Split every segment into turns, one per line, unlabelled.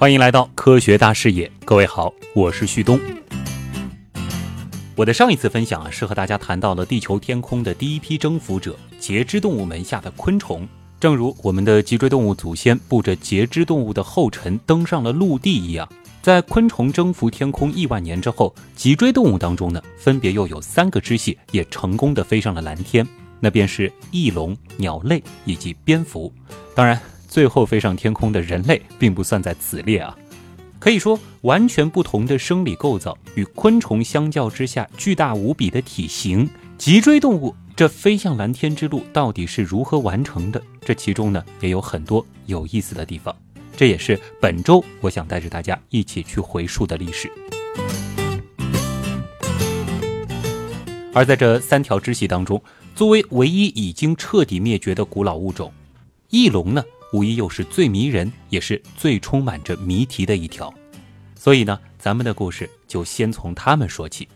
欢迎来到科学大视野，各位好，我是旭东。我的上一次分享是和大家谈到了地球天空的第一批征服者——节肢动物门下的昆虫。正如我们的脊椎动物祖先步着节肢动物的后尘登上了陆地一样，在昆虫征服天空亿万年之后，脊椎动物当中呢，分别又有3个支系也成功的飞上了蓝天，那便是翼龙、鸟类以及蝙蝠。当然，最后飞上天空的人类并不算在此列啊。可以说，完全不同的生理构造与昆虫相较之下巨大无比的体型，脊椎动物这飞向蓝天之路到底是如何完成的？这其中呢，也有很多有意思的地方。这也是本周我想带着大家一起去回溯的历史。而在这3条支系当中，作为唯一已经彻底灭绝的古老物种，翼龙呢，无疑又是最迷人，也是最充满着谜题的一条。所以呢，咱们的故事就先从它们说起。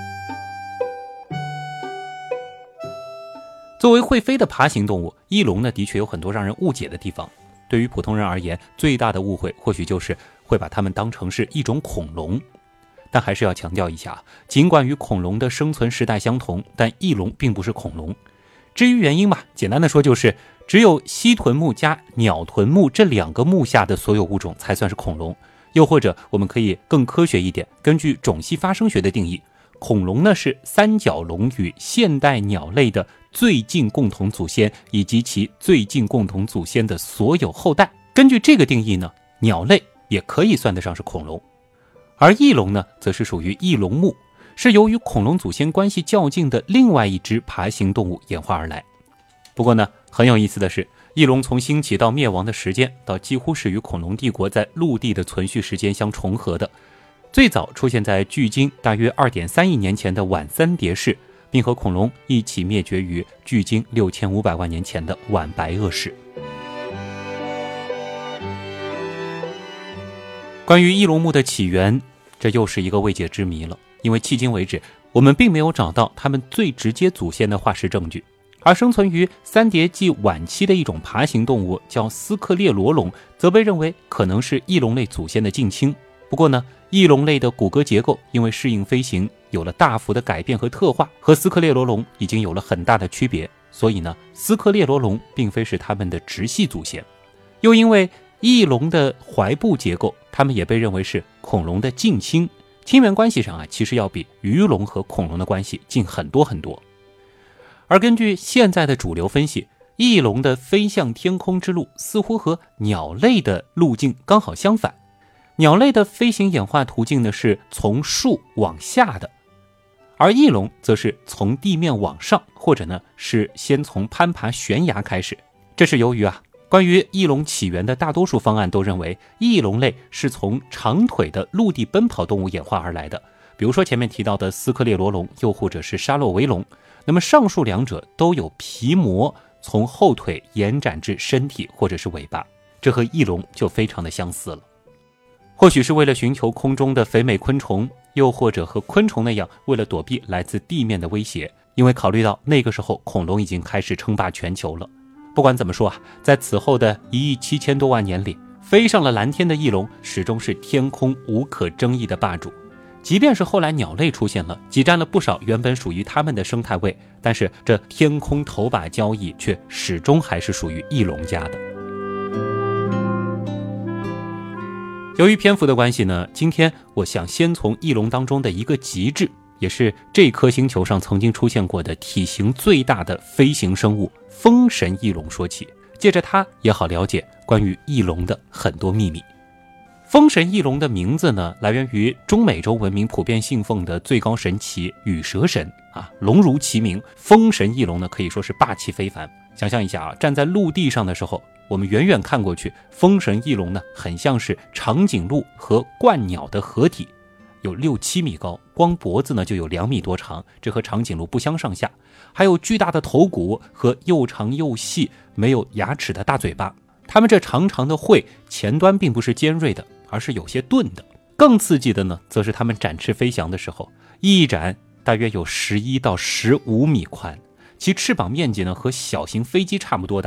作为会飞的爬行动物，翼龙呢，的确有很多让人误解的地方。对于普通人而言，最大的误会或许就是会把它们当成是一种恐龙。但还是要强调一下，尽管与恐龙的生存时代相同，但翼龙并不是恐龙。至于原因嘛，简单的说就是只有蜥臀目加鸟臀目这2个目下的所有物种才算是恐龙。又或者我们可以更科学一点，根据种系发生学的定义，恐龙呢是三角龙与现代鸟类的最近共同祖先以及其最近共同祖先的所有后代。根据这个定义呢，鸟类也可以算得上是恐龙。而翼龙呢，则是属于翼龙目，是由于恐龙祖先关系较近的另外一只爬行动物演化而来。不过呢，很有意思的是，翼龙从兴起到灭亡的时间，到几乎是与恐龙帝国在陆地的存续时间相重合的。最早出现在距今大约 2.3 亿年前的晚三叠氏，并和恐龙一起灭绝于距今6500万年前的晚白垩氏。关于翼龙目的起源，这又是一个未解之谜了，因为迄今为止，我们并没有找到它们最直接祖先的化石证据。而生存于三叠纪晚期的一种爬行动物叫斯克列罗龙，则被认为可能是翼龙类祖先的近亲。不过呢，翼龙类的骨骼结构因为适应飞行有了大幅的改变和特化，和斯克列罗龙已经有了很大的区别，所以呢，斯克列罗龙并非是它们的直系祖先。又因为翼龙的踝部结构，它们也被认为是恐龙的近亲，亲缘关系上其实要比鱼龙和恐龙的关系近很多很多。而根据现在的主流分析，翼龙的飞向天空之路似乎和鸟类的路径刚好相反。鸟类的飞行演化途径呢是从树往下的，而翼龙则是从地面往上，或者呢是先从攀爬悬崖开始。这是由于关于翼龙起源的大多数方案都认为翼龙类是从长腿的陆地奔跑动物演化而来的，比如说前面提到的斯克列罗龙，又或者是沙洛维龙。那么上述2者都有皮膜从后腿延展至身体或者是尾巴，这和翼龙就非常的相似了。或许是为了寻求空中的肥美昆虫，又或者和昆虫那样为了躲避来自地面的威胁，因为考虑到那个时候恐龙已经开始称霸全球了。不管怎么说在此后的1亿7000多万年里，飞上了蓝天的翼龙始终是天空无可争议的霸主。即便是后来鸟类出现了，挤占了不少原本属于它们的生态位，但是这天空头把交椅却始终还是属于翼龙家的。由于篇幅的关系呢，今天我想先从翼龙当中的一个极致，也是这颗星球上曾经出现过的体型最大的飞行生物风神翼龙说起，借着它也好了解关于翼龙的很多秘密。风神翼龙的名字呢，来源于中美洲文明普遍信奉的最高神祇羽蛇神龙如其名，风神翼龙呢可以说是霸气非凡。想象一下站在陆地上的时候，我们远远看过去，风神翼龙呢很像是长颈鹿和鹳鸟的合体，有6-7米高，光脖子呢就有2米多长，这和长颈鹿不相上下，还有巨大的头骨和又长又细没有牙齿的大嘴巴。它们这长长的喙前端并不是尖锐的，而是有些钝的。更刺激的呢，则是它们展翅飞翔的时候，一展大约有11到15米宽，其翅膀面积呢和小型飞机差不多大。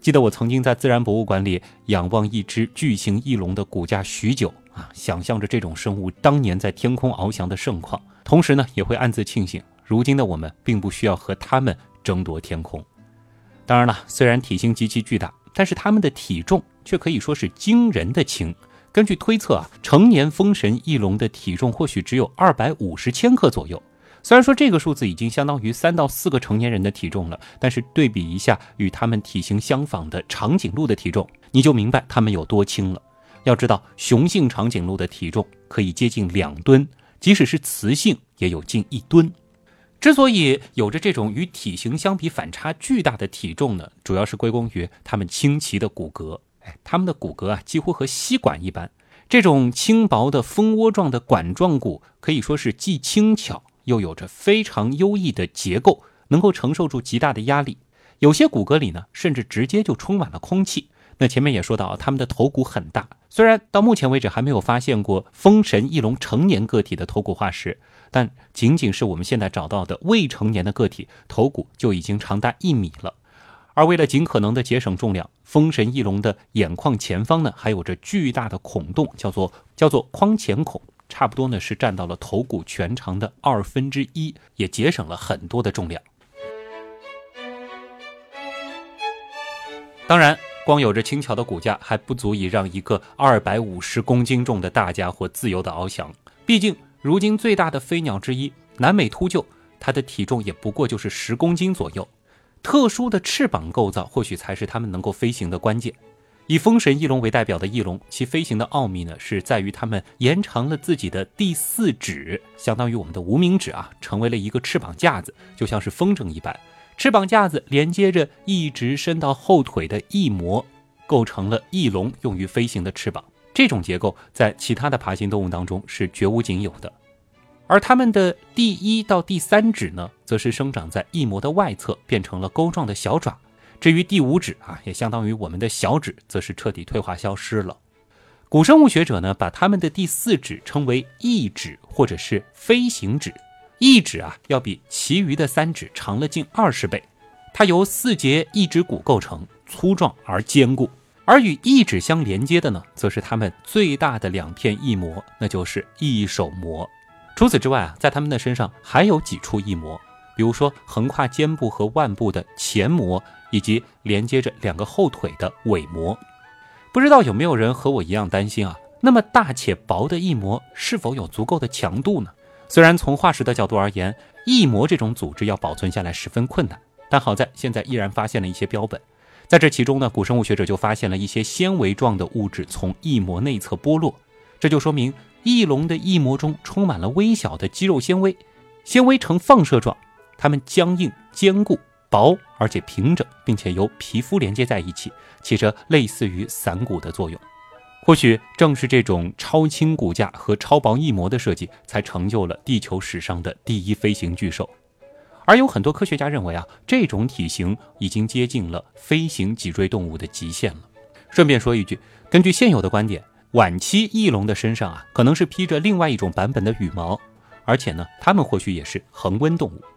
记得我曾经在自然博物馆里仰望一只巨型翼龙的骨架许久想象着这种生物当年在天空翱翔的盛况，同时呢，也会暗自庆幸，如今的我们并不需要和它们争夺天空。当然了，虽然体型极其巨大，但是它们的体重却可以说是惊人的轻。根据推测成年风神翼龙的体重或许只有250千克左右。虽然说这个数字已经相当于3到4个成年人的体重了，但是对比一下与它们体型相仿的长颈鹿的体重，你就明白它们有多轻了。要知道，雄性长颈鹿的体重可以接近2吨，即使是雌性也有近1吨。之所以有着这种与体型相比反差巨大的体重呢，主要是归功于它们清奇的骨骼。它们的骨骼几乎和吸管一般，这种轻薄的蜂窝状的管状骨可以说是既轻巧又有着非常优异的结构，能够承受住极大的压力。有些骨骼里呢，甚至直接就充满了空气。那前面也说到，它们的头骨很大，虽然到目前为止还没有发现过风神翼龙成年个体的头骨化石，但仅仅是我们现在找到的未成年的个体，头骨就已经长达1米了。而为了尽可能的节省重量，风神翼龙的眼眶前方呢，还有着巨大的孔洞，叫做眶前孔，差不多呢是占到了头骨全长的1/2，也节省了很多的重量。当然，光有着轻巧的骨架还不足以让一个250公斤重的大家伙自由的翱翔。毕竟，如今最大的飞鸟之一南美秃鹫，它的体重也不过就是10公斤左右。特殊的翅膀构造或许才是它们能够飞行的关键。以风神翼龙为代表的翼龙，其飞行的奥秘呢，是在于它们延长了自己的第4指，相当于我们的无名指成为了一个翅膀架子，就像是风筝一般。翅膀架子连接着一直伸到后腿的翼膜，构成了翼龙用于飞行的翅膀。这种结构在其他的爬行动物当中是绝无仅有的。而它们的第1到第3指呢，则是生长在翼膜的外侧，变成了钩状的小爪。至于第5指也相当于我们的小指，则是彻底退化消失了。古生物学者呢，把它们的第4指称为翼指或者是飞行指。翼指要比其余的3指长了近20倍，它由4节翼指骨构成，粗壮而坚固。而与翼指相连接的呢，则是它们最大的2片翼膜，那就是翼手膜。除此之外在它们的身上还有几处翼膜，比如说横跨肩部和腕部的前膜，以及连接着2个后腿的尾膜。不知道有没有人和我一样担心那么大且薄的翼膜是否有足够的强度呢？虽然从化石的角度而言，翼膜这种组织要保存下来十分困难，但好在现在依然发现了一些标本。在这其中呢，古生物学者就发现了一些纤维状的物质从翼膜内侧剥落，这就说明翼龙的翼膜中充满了微小的肌肉纤维，纤维呈放射状，它们僵硬、坚固、薄而且平整，并且由皮肤连接在一起，起着类似于伞骨的作用。或许正是这种超轻骨架和超薄翼膜的设计，才成就了地球史上的第一飞行巨兽。而有很多科学家认为这种体型已经接近了飞行脊椎动物的极限了。顺便说一句，根据现有的观点，晚期翼龙的身上可能是披着另外一种版本的羽毛，而且呢，它们或许也是恒温动物。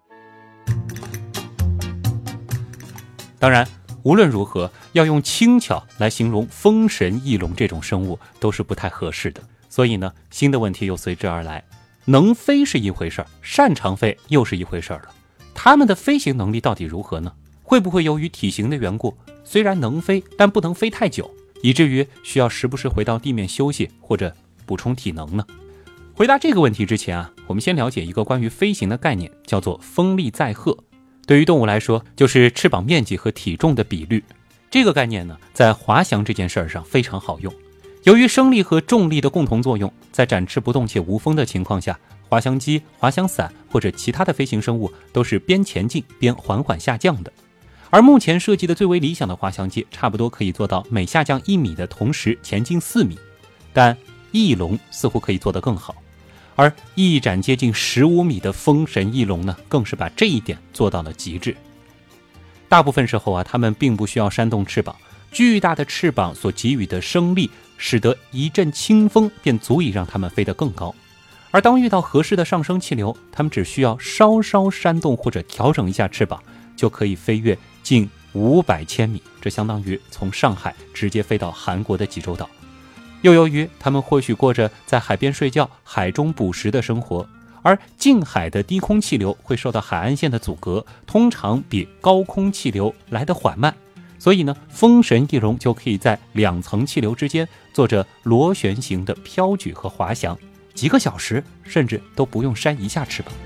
当然，无论如何，要用轻巧来形容风神翼龙这种生物都是不太合适的。所以呢，新的问题又随之而来。能飞是一回事儿，擅长飞又是一回事儿了。它们的飞行能力到底如何呢？会不会由于体型的缘故，虽然能飞，但不能飞太久，以至于需要时不时回到地面休息或者补充体能呢？回答这个问题之前我们先了解一个关于飞行的概念，叫做风力载荷。对于动物来说，就是翅膀面积和体重的比率。这个概念呢，在滑翔这件事儿上非常好用。由于升力和重力的共同作用，在展翅不动且无风的情况下，滑翔机、滑翔伞或者其他的飞行生物都是边前进边缓缓下降的。而目前设计的最为理想的滑翔机，差不多可以做到每下降1米的同时前进4米，但翼龙似乎可以做得更好。而翼展接近15米的风神翼龙呢，更是把这一点做到了极致。大部分时候它们并不需要扇动翅膀，巨大的翅膀所给予的升力，使得一阵清风便足以让它们飞得更高。而当遇到合适的上升气流，它们只需要稍稍扇动或者调整一下翅膀，就可以飞越近 500千米，这相当于从上海直接飞到韩国的济州岛。又由于它们或许过着在海边睡觉、海中捕食的生活，而近海的低空气流会受到海岸线的阻隔，通常比高空气流来得缓慢，所以呢，风神翼龙就可以在2层气流之间做着螺旋形的飘举和滑翔，几个小时甚至都不用扇一下翅膀。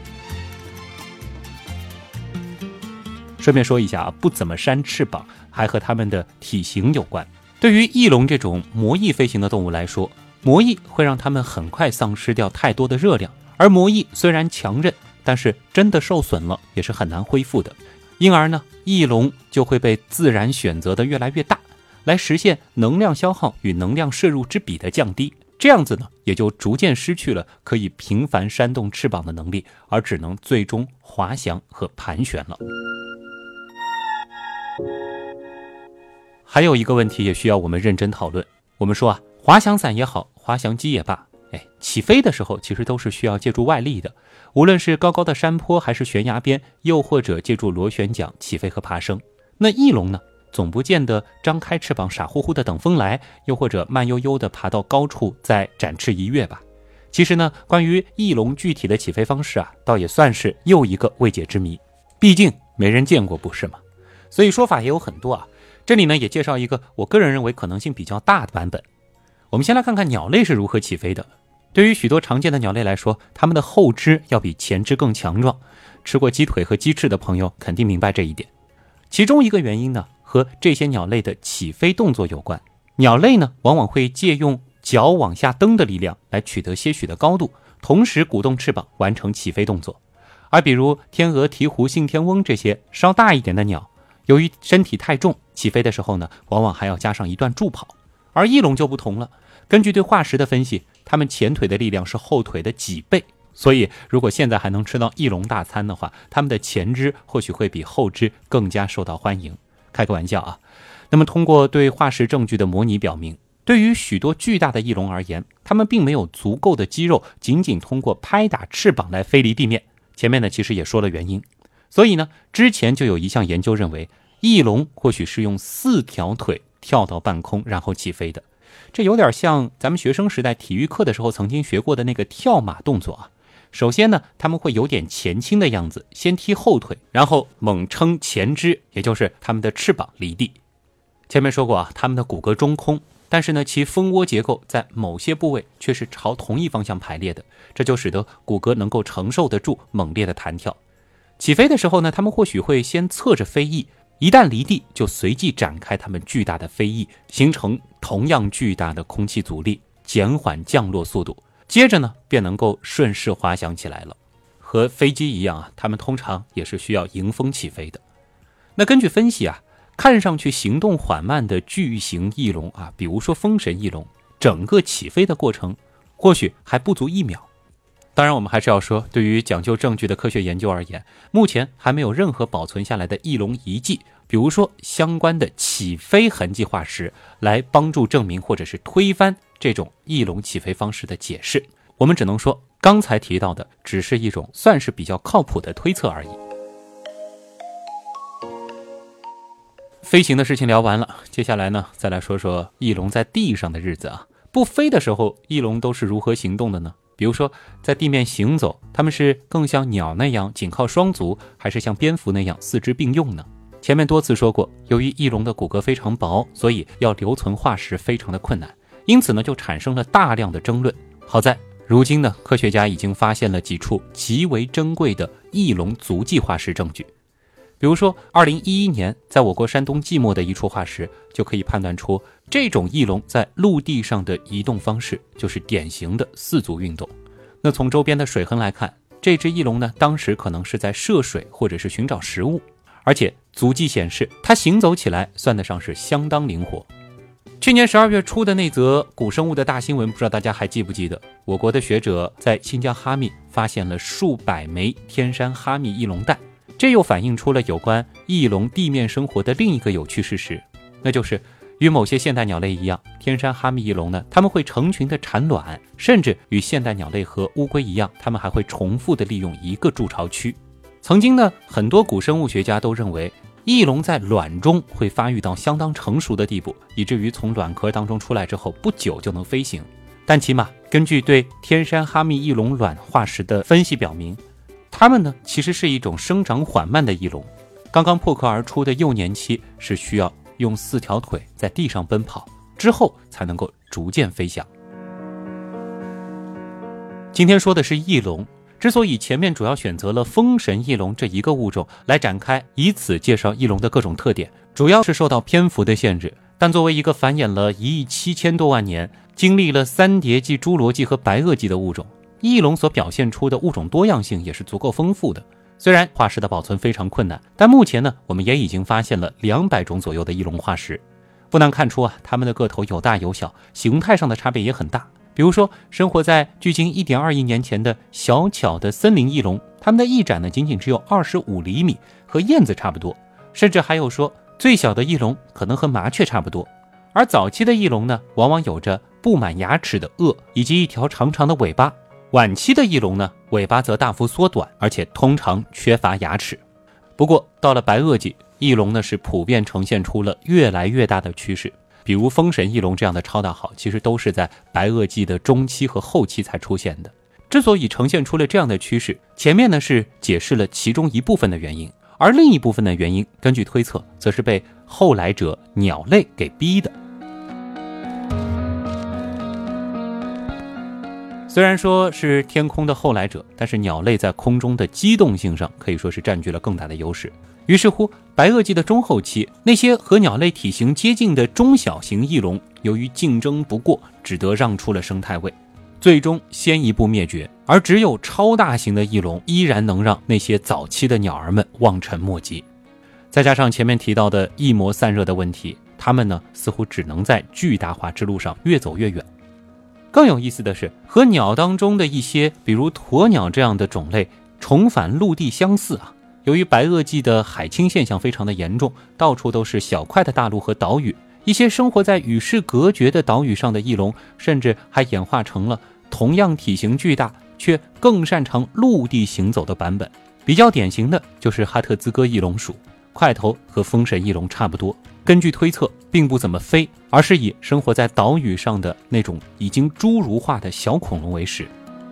顺便说一下啊，不怎么扇翅膀还和它们的体型有关。对于翼龙这种膜翼飞行的动物来说，膜翼会让它们很快丧失掉太多的热量，而膜翼虽然强韧，但是真的受损了也是很难恢复的。因而呢，翼龙就会被自然选择的越来越大，来实现能量消耗与能量摄入之比的降低。这样子呢，也就逐渐失去了可以频繁扇动翅膀的能力，而只能最终滑翔和盘旋了。还有一个问题也需要我们认真讨论。我们说啊，滑翔伞也好，滑翔机也罢，起飞的时候其实都是需要借助外力的，无论是高高的山坡还是悬崖边，又或者借助螺旋桨起飞和爬升。那翼龙呢，总不见得张开翅膀傻乎乎的等风来，又或者慢悠悠的爬到高处再展翅一跃吧。其实呢，关于翼龙具体的起飞方式啊，倒也算是又一个未解之谜，毕竟没人见过，不是吗？所以说法也有很多啊。这里呢，也介绍一个我个人认为可能性比较大的版本。我们先来看看鸟类是如何起飞的。对于许多常见的鸟类来说，它们的后肢要比前肢更强壮。吃过鸡腿和鸡翅的朋友肯定明白这一点。其中一个原因呢，和这些鸟类的起飞动作有关。鸟类呢，往往会借用脚往下蹬的力量来取得些许的高度，同时鼓动翅膀完成起飞动作。而比如天鹅、鹈鹕、信天翁这些稍大一点的鸟，由于身体太重，起飞的时候呢，往往还要加上一段助跑。而翼龙就不同了，根据对化石的分析，它们前腿的力量是后腿的几倍，所以如果现在还能吃到翼龙大餐的话，它们的前肢或许会比后肢更加受到欢迎。开个玩笑啊。那么通过对化石证据的模拟表明，对于许多巨大的翼龙而言，它们并没有足够的肌肉仅仅通过拍打翅膀来飞离地面。前面呢其实也说了原因。所以呢，之前就有一项研究认为，翼龙或许是用4条腿跳到半空然后起飞的。这有点像咱们学生时代体育课的时候曾经学过的那个跳马动作啊。首先呢，他们会有点前倾的样子，先踢后腿，然后猛撑前肢，也就是他们的翅膀离地。前面说过啊，他们的骨骼中空，但是呢，其蜂窝结构在某些部位却是朝同一方向排列的，这就使得骨骼能够承受得住猛烈的弹跳。起飞的时候呢，他们或许会先侧着飞翼，一旦离地就随即展开他们巨大的飞翼，形成同样巨大的空气阻力，减缓降落速度，接着呢便能够顺势滑翔起来了。和飞机一样啊，他们通常也是需要迎风起飞的。那根据分析啊，看上去行动缓慢的巨型翼龙啊，比如说风神翼龙，整个起飞的过程或许还不足1秒。当然我们还是要说，对于讲究证据的科学研究而言，目前还没有任何保存下来的翼龙遗迹，比如说相关的起飞痕迹化石，来帮助证明或者是推翻这种翼龙起飞方式的解释。我们只能说，刚才提到的只是一种算是比较靠谱的推测而已。飞行的事情聊完了，接下来呢，再来说说翼龙在地上的日子啊。不飞的时候，翼龙都是如何行动的呢？比如说在地面行走，它们是更像鸟那样仅靠双足，还是像蝙蝠那样4肢并用呢？前面多次说过，由于翼龙的骨骼非常薄，所以要留存化石非常的困难，因此呢就产生了大量的争论。好在如今呢，科学家已经发现了几处极为珍贵的翼龙足迹化石证据。比如说2011年在我国山东即墨的一处化石，就可以判断出这种翼龙在陆地上的移动方式就是典型的4足运动。那从周边的水痕来看，这只翼龙呢，当时可能是在涉水或者是寻找食物，而且足迹显示它行走起来算得上是相当灵活。去年12月初的那则古生物的大新闻，不知道大家还记不记得？我国的学者在新疆哈密发现了数百枚天山哈密翼龙蛋，这又反映出了有关翼龙地面生活的另一个有趣事实，那就是与某些现代鸟类一样，天山哈密翼龙呢，它们会成群的产卵，甚至与现代鸟类和乌龟一样，它们还会重复的利用一个筑巢区。曾经呢，很多古生物学家都认为翼龙在卵中会发育到相当成熟的地步，以至于从卵壳当中出来之后不久就能飞行。但起码根据对天山哈密翼龙卵化石的分析表明，它们呢其实是一种生长缓慢的翼龙，刚刚破壳而出的幼年期是需要用4条腿在地上奔跑，之后才能够逐渐飞翔。今天说的是翼龙，之所以前面主要选择了风神翼龙这一个物种来展开，以此介绍翼龙的各种特点，主要是受到篇幅的限制。但作为一个繁衍了1亿7千多万年，经历了三叠纪、侏罗纪和白垩纪的物种，翼龙所表现出的物种多样性也是足够丰富的。虽然化石的保存非常困难，但目前呢，我们也已经发现了200种左右的翼龙化石。不难看出啊，它们的个头有大有小，形态上的差别也很大。比如说，生活在距今1.2亿年前的小巧的森林翼龙，它们的翼展呢仅仅只有25厘米，和燕子差不多。甚至还有说，最小的翼龙可能和麻雀差不多。而早期的翼龙呢，往往有着布满牙齿的颚，以及一条长长的尾巴。晚期的翼龙呢，尾巴则大幅缩短，而且通常缺乏牙齿。不过到了白垩纪，翼龙呢是普遍呈现出了越来越大的趋势。比如风神翼龙这样的超大号，其实都是在白垩纪的中期和后期才出现的。之所以呈现出了这样的趋势，前面呢是解释了其中一部分的原因，而另一部分的原因，根据推测，则是被后来者鸟类给逼的。虽然说是天空的后来者，但是鸟类在空中的机动性上可以说是占据了更大的优势。于是乎，白垩纪的中后期，那些和鸟类体型接近的中小型翼龙，由于竞争不过，只得让出了生态位，最终先一步灭绝。而只有超大型的翼龙依然能让那些早期的鸟儿们望尘莫及。再加上前面提到的翼膜散热的问题，它们呢似乎只能在巨大化之路上越走越远。更有意思的是，和鸟当中的一些比如鸵鸟这样的种类重返陆地相似啊。由于白垩纪的海侵现象非常的严重，到处都是小块的大陆和岛屿，一些生活在与世隔绝的岛屿上的翼龙，甚至还演化成了同样体型巨大却更擅长陆地行走的版本。比较典型的就是哈特兹哥翼龙属，块头和风神翼龙差不多，根据推测并不怎么飞，而是以生活在岛屿上的那种已经侏儒化的小恐龙为食。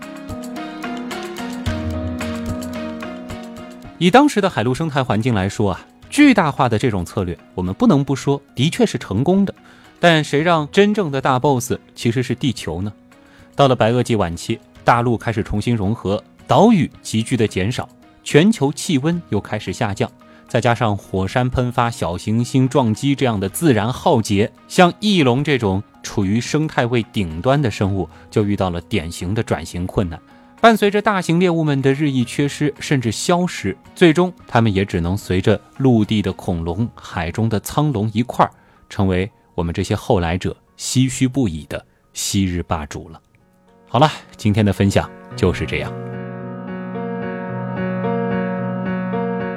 以当时的海陆生态环境来说啊，巨大化的这种策略，我们不能不说的确是成功的。但谁让真正的大 boss 其实是地球呢？到了白垩纪晚期，大陆开始重新融合，岛屿急剧的减少，全球气温又开始下降，再加上火山喷发、小行星撞击这样的自然浩劫，像翼龙这种处于生态位顶端的生物，就遇到了典型的转型困难。伴随着大型猎物们的日益缺失甚至消失，最终它们也只能随着陆地的恐龙、海中的苍龙一块儿，成为我们这些后来者唏嘘不已的昔日霸主了。好了，今天的分享就是这样。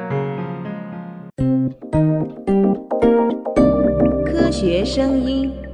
科学声音